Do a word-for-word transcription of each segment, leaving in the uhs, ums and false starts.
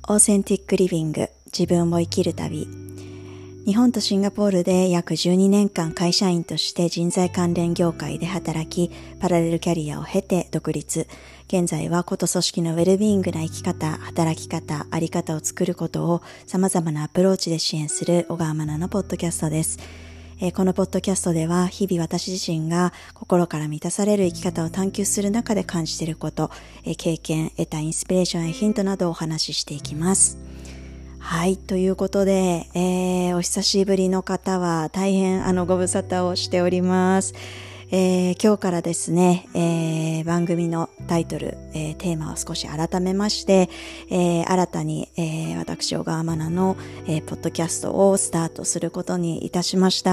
オーセンティックリビング、自分を生きる旅。日本とシンガポールで約じゅうにねんかん会社員として人材関連業界で働き、パラレルキャリアを経て独立。現在は個と組織のウェルビーイングな生き方、働き方、あり方を作ることを様々なアプローチで支援する小川愛菜のポッドキャストです。えー、このポッドキャストでは日々私自身が心から満たされる生き方を探求する中で感じていること、えー、経験、得たインスピレーションやヒントなどをお話ししていきます。はい、ということで、えー、お久しぶりの方は大変あのご無沙汰をしております。えー、今日からですね、えー、番組のタイトル、えー、テーマを少し改めまして、えー、新たに、えー、私小川愛菜の、えー、ポッドキャストをスタートすることにいたしました。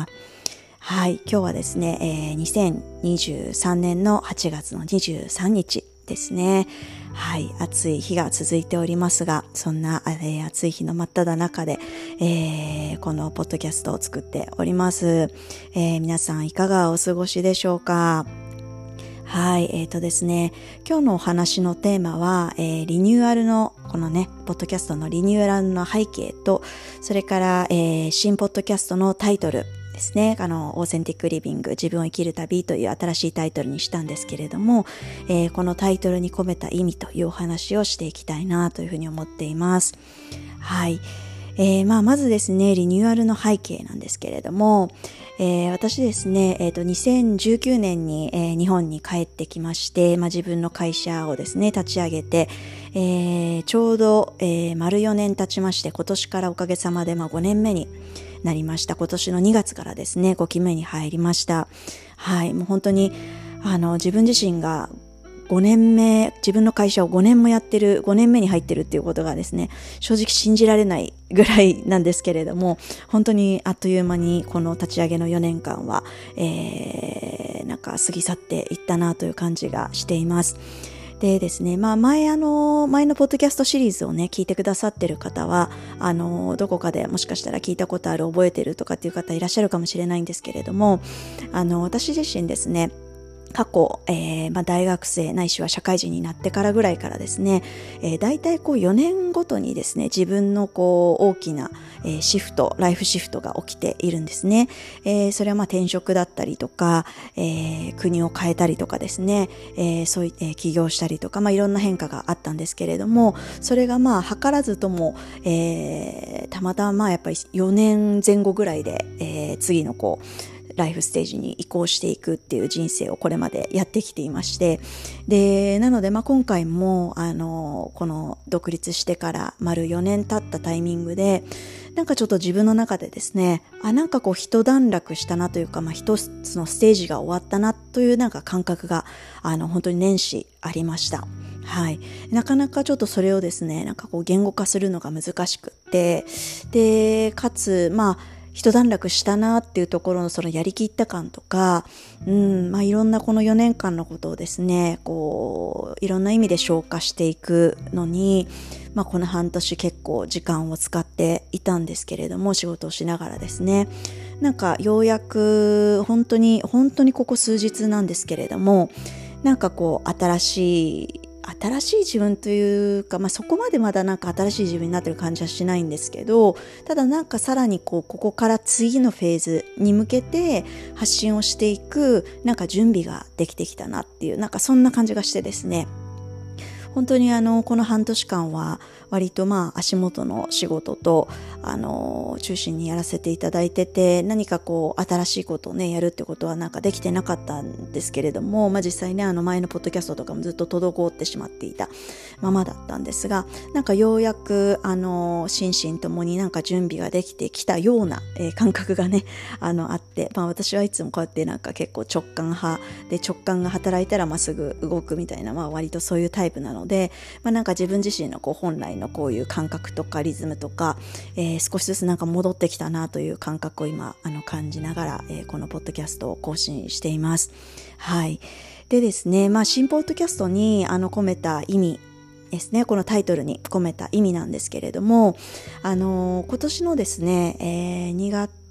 はい、今日はですね、えー、にせんにじゅうさんねんのはちがつのにじゅうさんにちですね。はい、暑い日が続いておりますが、そんな、えー、暑い日の真っ只中で、えー、このポッドキャストを作っております。えー、皆さんいかがお過ごしでしょうか？はい、えーとですね、今日のお話のテーマは、えー、リニューアルの、このね、ポッドキャストのリニューアルの背景と、それから、えー、新ポッドキャストのタイトルですね、あの、オーセンティックリビング、自分を生きる旅という新しいタイトルにしたんですけれども、えー、このタイトルに込めた意味というお話をしていきたいなというふうに思っています。はい。えー、まあ、まずですね、リニューアルの背景なんですけれども、えー、私ですね、えーと、にせんじゅうきゅうねんに、えー、日本に帰ってきまして、まあ、自分の会社をですね、立ち上げて、えー、ちょうど、えー、丸よねん経ちまして、今年からおかげさまで、まあ、ごねんめになりました。今年のにがつからですね、ごきめに入りました。はい、もう本当に、あの、自分自身がごねんめ、自分の会社をごねんもやってる、ごねんめに入ってるっていうことがですね、正直信じられないぐらいなんですけれども、本当にあっという間にこの立ち上げのよねんかんは、えー、なんか過ぎ去っていったなという感じがしています。でですね、まあ前あの、前のポッドキャストシリーズをね、聞いてくださってる方は、あの、どこかでもしかしたら聞いたことある、覚えてるとかっていう方いらっしゃるかもしれないんですけれども、あの、私自身ですね、過去、えーまあ、大学生ないしは社会人になってからぐらいからですね、えー、大体こうよねんごとにですね、自分のこう大きな、えー、シフト、ライフシフトが起きているんですね。えー、それはまあ転職だったりとか、えー、国を変えたりとかですね、えー、そういって、えー、起業したりとか、まあ、いろんな変化があったんですけれども、それがまあ図らずとも、えー、たまたまやっぱりよねんぜん後ぐらいで、えー、次のこうライフステージに移行していくっていう人生をこれまでやってきていまして、で、なのでまあ今回もあのこの独立してから丸よねん経ったタイミングで、なんかちょっと自分の中でですね、あ、なんかこう一段落したなというか、まあ一つのステージが終わったなというなんか感覚があの本当に年始ありました。はい。なかなかちょっとそれをですね、なんかこう言語化するのが難しくって、で、かつ、まあ一段落したなっていうところのそのやりきった感とか、うん、まあいろんなこのよねんかんのことをですね、こういろんな意味で消化していくのに、まあこの半年結構時間を使っていたんですけれども、仕事をしながらですね、なんかようやく本当に本当にここ数日なんですけれども、なんかこう新しい新しい自分というか、まあ、そこまでまだなんか新しい自分になってる感じはしないんですけど、ただなんかさらにこうここから次のフェーズに向けて発信をしていくなんか準備ができてきたなっていう、なんかそんな感じがしてですね、本当にあのこの半年間は割とまあ足元の仕事とあの中心にやらせていただいてて、何かこう新しいことをねやるってことはなんかできてなかったんですけれども、まあ実際ねあの前のポッドキャストとかもずっと滞ってしまっていたままだったんですが、なんかようやくあの心身ともになんか準備ができてきたような、えー、感覚がねあのあって、まあ私はいつもこうやってなんか結構直感派で、直感が働いたらまっすぐ動くみたいな、まあ割とそういうタイプなので、まあなんか自分自身のこう本来のこういう感覚とかリズムとか、えー、少しずつなんか戻ってきたなという感覚を今あの感じながら、えー、このポッドキャストを更新しています。はい。でですね、まあ新ポッドキャストにあの込めた意味ですね、このタイトルに込めた意味なんですけれども、あのー、今年のですね、えー、にが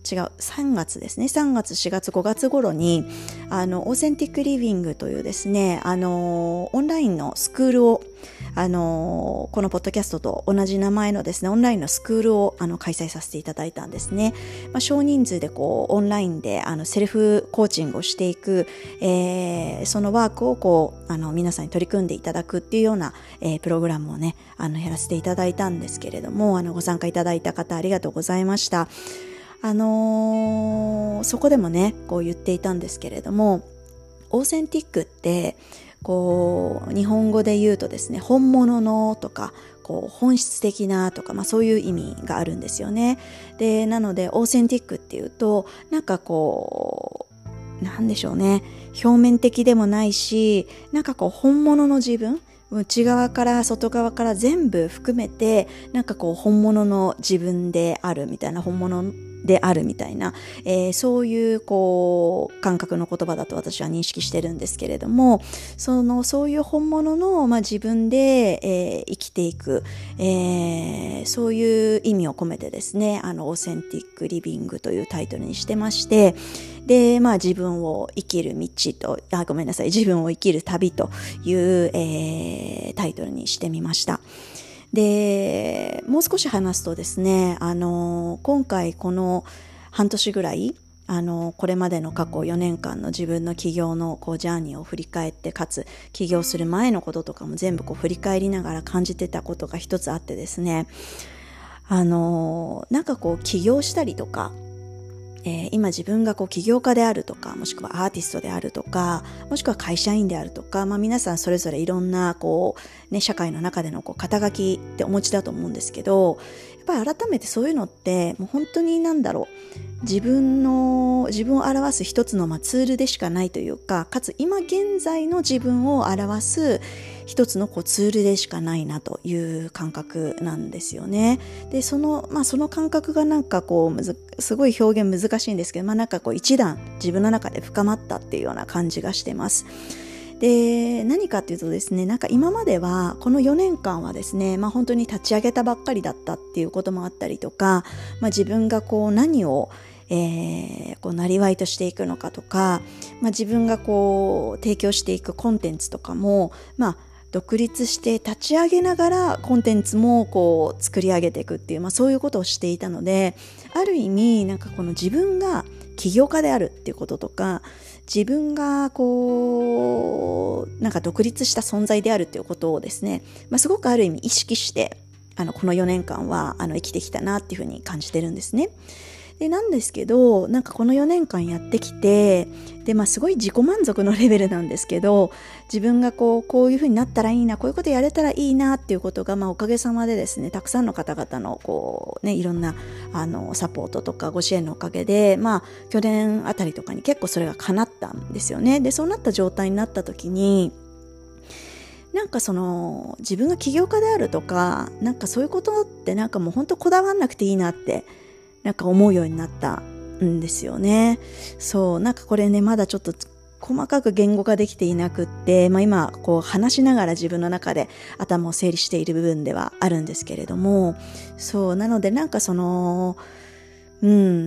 違うさんがつですね、さんがつしがつごがつ頃にあのオーセンティックリビングというですね、あのオンラインのスクールをあのこのポッドキャストと同じ名前のですねオンラインのスクールをあの開催させていただいたんですね。まあ、少人数でこうオンラインであのセルフコーチングをしていく、えー、そのワークをこうあの皆さんに取り組んでいただくっていうような、えー、プログラムをねあのやらせていただいたんですけれども、あのご参加いただいた方ありがとうございました。あのー、そこでもねこう言っていたんですけれども、オーセンティックってこう日本語で言うとですね、本物のとかこう本質的なとか、まあ、そういう意味があるんですよね。でなのでオーセンティックっていうとなんかこうなんでしょうね、表面的でもないし、なんかこう本物の自分、内側から外側から全部含めてなんかこう本物の自分であるみたいな、本物であるみたいな、えー、そういうこう感覚の言葉だと私は認識してるんですけれども、そのそういう本物の、まあ、自分で、えー、生きていく、えー、そういう意味を込めてですね、あのオーセンティックリビングというタイトルにしてまして、でまあ自分を生きる道とあごめんなさい自分を生きる旅という、えー、タイトルにしてみました。でもう少し話すとですね、あの今回この半年ぐらいあのこれまでの過去よねんかんの自分の起業のこうジャーニーを振り返って、かつ起業する前のこととかも全部こう振り返りながら感じてたことが一つあってですね、あのなんかこう起業したりとか、えー、今自分がこう起業家であるとか、もしくはアーティストであるとか、もしくは会社員であるとか、まあ、皆さんそれぞれいろんなこう、ね、社会の中でのこう肩書きってお持ちだと思うんですけど、やっぱり改めてそういうのってもう本当になんだろう、自分の自分を表す一つのまあツールでしかないというか、かつ今現在の自分を表す一つのこうツールでしかないなという感覚なんですよね。でそのまあその感覚がなんかこうむずすごい表現難しいんですけど、まあなんかこう一段自分の中で深まったっていうような感じがしてます。で何かというとですね、なんか今まではこのよねんかんはですね、まあ本当に立ち上げたばっかりだったっていうこともあったりとか、まあ自分がこう何をえー、こうなりわいとしていくのかとか、まあ、自分がこう提供していくコンテンツとかも、まあ、独立して立ち上げながらコンテンツもこう作り上げていくっていう、まあ、そういうことをしていたので、ある意味なんかこの自分が起業家であるっていうこととか、自分がこうなんか独立した存在であるっていうことをですね、まあ、すごくある意味意識してあのこのよねんかんはあの生きてきたなっていうふうに感じてるんですね。でなんですけど、なんかこのよねんかんやってきて、で、まあ、すごい自己満足のレベルなんですけど、自分がこうこういう風になったらいいな、こういうことやれたらいいなっていうことが、まあ、おかげさまでですね、たくさんの方々のこう、ね、いろんなあのサポートとかご支援のおかげで、まあ、去年あたりとかに結構それが叶ったんですよね。でそうなった状態になった時に、なんかその自分が起業家であるとか、なんかそういうことってなんかもう本当こだわんなくていいなってなんか思うようになったんですよね。そう、なんかこれね、まだちょっと細かく言語化できていなくって、まあ今こう話しながら自分の中で頭を整理している部分ではあるんですけれども、そうなのでなんかそのうん、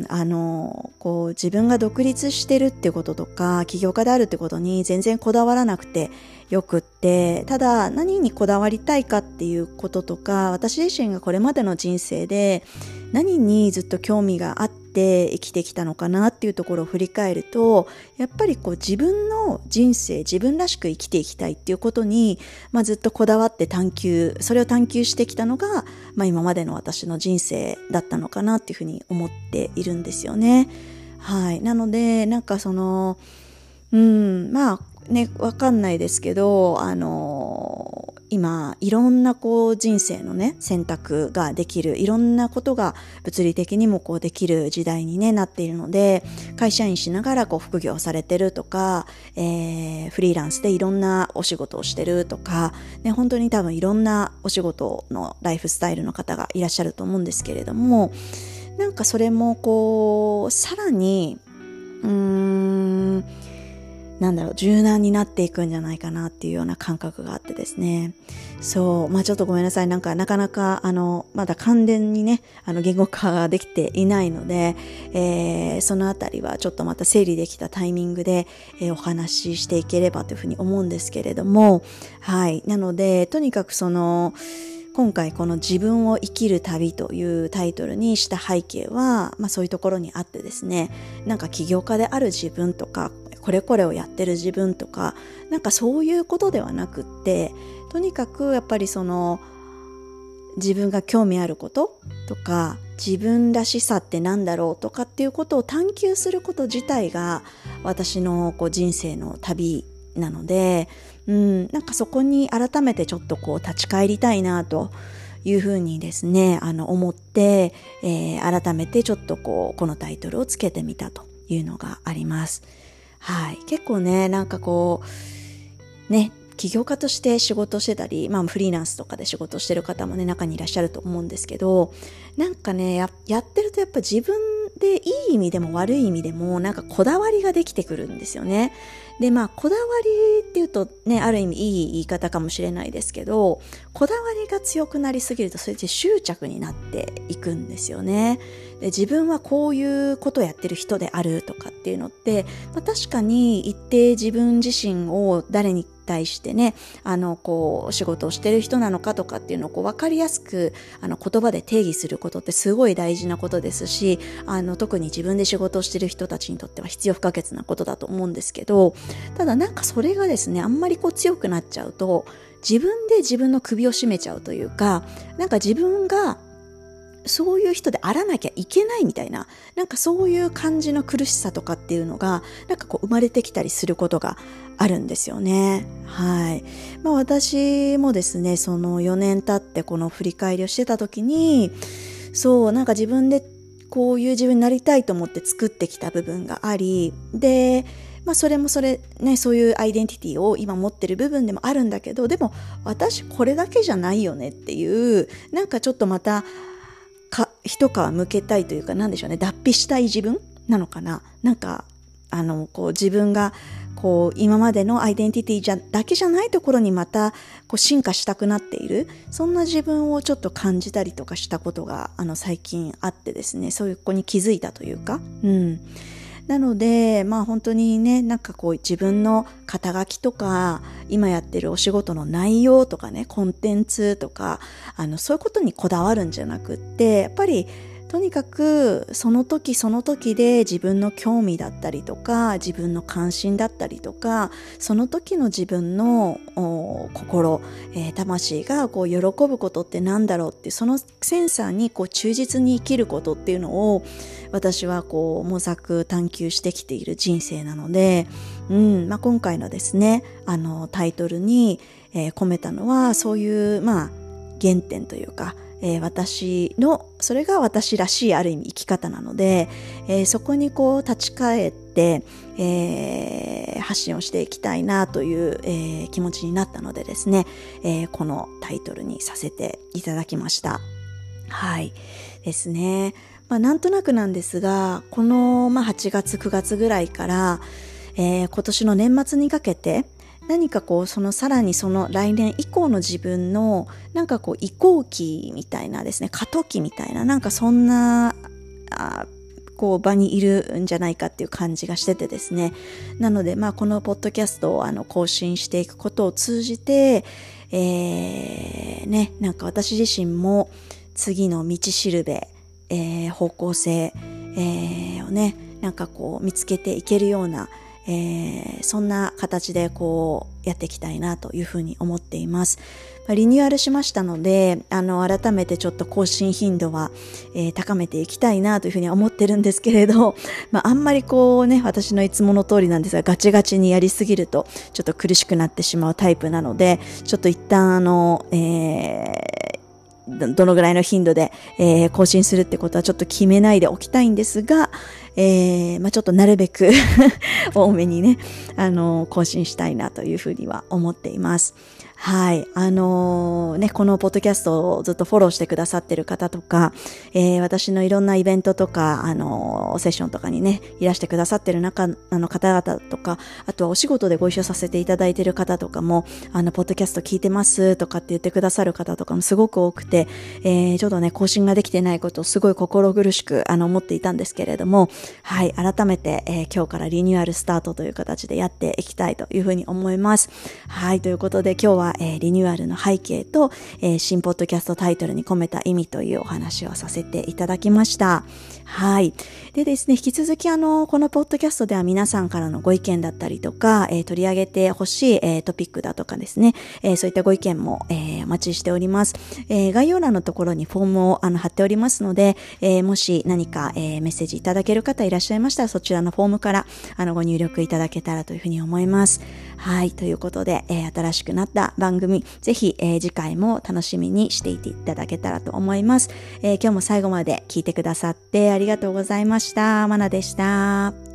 あのこう自分が独立してるってこととか起業家であるってことに全然こだわらなくてよくって、ただ何にこだわりたいかっていうこととか、私自身がこれまでの人生で何にずっと興味があって生きてきたのかなっていうところを振り返ると、やっぱりこう自分の人生、自分らしく生きていきたいっていうことに、まあ、ずっとこだわって探求それを探求してきたのが、まあ、今までの私の人生だったのかなっていうふうに思っているんですよね。はい、なのでなんかそのうんまあね、わかんないですけど、あのー、今いろんなこう人生のね選択ができる、いろんなことが物理的にもこうできる時代に、ね、なっているので、会社員しながらこう副業をされてるとか、えー、フリーランスでいろんなお仕事をしてるとか、ね、本当に多分いろんなお仕事のライフスタイルの方がいらっしゃると思うんですけれども、なんかそれもこうさらにうーんなんだろう、柔軟になっていくんじゃないかなっていうような感覚があってですね。そう、まあちょっとごめんなさい。なんかなかなかあの、まだ完全にね、あの言語化ができていないので、えー、そのあたりはちょっとまた整理できたタイミングで、えー、お話ししていければというふうに思うんですけれども、はい。なので、とにかくその、今回この自分を生きる旅というタイトルにした背景は、まあそういうところにあってですね、なんか起業家である自分とか、これこれをやってる自分とか、なんかそういうことではなくって、とにかくやっぱりその自分が興味あることとか、自分らしさってなんだろうとかっていうことを探求すること自体が私のこう人生の旅なので、うん、なんかそこに改めてちょっとこう立ち返りたいなというふうにですね、あの思って、えー、改めてちょっとこうこのタイトルをつけてみたというのがあります。はい、結構ね、なんかこうね、起業家として仕事してたり、まあフリーランスとかで仕事してる方もね、中にいらっしゃると思うんですけど、なんかね、や、やってるとやっぱ自分でいい意味でも悪い意味でもなんかこだわりができてくるんですよね。で、まあこだわりっていうとね、ある意味いい言い方かもしれないですけど、こだわりが強くなりすぎるとそれで執着になっていくんですよね。で、自分はこういうことをやってる人であるとかっていうのって、まあ、確かに一定自分自身を誰に対してね、あのこう仕事をしてる人なのかとかっていうのをこう分かりやすくあの言葉で定義することってすごい大事なことですし、あの特に自分で仕事をしてる人たちにとっては必要不可欠なことだと思うんですけど、ただなんかそれがですね、あんまりこう強くなっちゃうと自分で自分の首を絞めちゃうというか、なんか自分がそういう人であらなきゃいけないみたいな、なんかそういう感じの苦しさとかっていうのがなんかこう生まれてきたりすることがあるんですよね。はい。まあ私もですね、そのよねん経ってこの振り返りをしてた時に、そう、なんか自分でこういう自分になりたいと思って作ってきた部分があり、で、まあそれもそれね、そういうアイデンティティを今持ってる部分でもあるんだけど、でも私これだけじゃないよねっていう、なんかちょっとまたか一皮向けたいというか、なんでしょうね、脱皮したい自分なのかな、なんかあのこう自分がこう今までのアイデンティティじゃだけじゃないところにまたこう進化したくなっている、そんな自分をちょっと感じたりとかしたことがあの最近あってですね、そういう子に気づいたというか、うんなので、まあ本当にね、なんかこう自分の肩書きとか、今やってるお仕事の内容とかね、コンテンツとか、あの、そういうことにこだわるんじゃなくって、やっぱり、とにかくその時その時で自分の興味だったりとか、自分の関心だったりとか、その時の自分の心、えー、魂がこう喜ぶことってなんだろうって、そのセンサーにこう忠実に生きることっていうのを私はこう模索探求してきている人生なので、うんまあ、今回のですねあのタイトルに、えー、込めたのはそういうまあ原点というか、えー、私のそれが私らしいある意味生き方なので、えー、そこにこう立ち返って、えー、発信をしていきたいなという、えー、気持ちになったのでですね、えー、このタイトルにさせていただきました。はいですね。まあ、なんとなくなんですが、この、まあ、はちがつくがつぐらいから、えー、今年の年末にかけて何かこうそのさらにその来年以降の自分のなんかこう移行期みたいなですね、過渡期みたいな、なんかそんなあこう場にいるんじゃないかっていう感じがしててですね、なのでまあこのポッドキャストをあの更新していくことを通じて、えー、ね、なんか私自身も次の道しるべ、えー、方向性、えー、をねなんかこう見つけていけるような、えー、そんな形でこうやっていきたいなというふうに思っています。まあ、リニューアルしましたので、あの改めてちょっと更新頻度は、えー、高めていきたいなというふうに思ってるんですけれど、まあ、あんまりこうね私のいつもの通りなんですが、ガチガチにやりすぎるとちょっと苦しくなってしまうタイプなので、ちょっと一旦あの、えー、どのぐらいの頻度で、えー、更新するってことはちょっと決めないでおきたいんですが、えー、まあちょっとなるべく多めにね、あの、更新したいなというふうには思っています。 はい。あのー、ね、このポッドキャストをずっとフォローしてくださってる方とか、えー、私のいろんなイベントとか、あのー、セッションとかにね、いらしてくださってる中、あの方々とか、あとはお仕事でご一緒させていただいている方とかも、あの、ポッドキャスト聞いてますとかって言ってくださる方とかもすごく多くて、えー、ちょっとね、更新ができてないことをすごい心苦しく、あの、思っていたんですけれども、はい、改めて、えー、今日からリニューアルスタートという形でやっていきたいというふうに思います。はい、ということで今日は、えー、リニューアルの背景と、えー、新ポッドキャストタイトルに込めた意味というお話をさせていただきました。はい。でですね、引き続きあの、このポッドキャストでは皆さんからのご意見だったりとか、えー、取り上げてほしい、えー、トピックだとかですね、えー、そういったご意見も、えー、お待ちしております。えー、概要欄のところにフォームをあの貼っておりますので、えー、もし何か、えー、メッセージいただける方いらっしゃいましたら、そちらのフォームからあのご入力いただけたらというふうに思います。はい。ということで、えー、新しくなった番組、ぜひ、えー、次回も楽しみにしていていただけたらと思います。えー、今日も最後まで聞いてくださってありがとうございました。まなでした。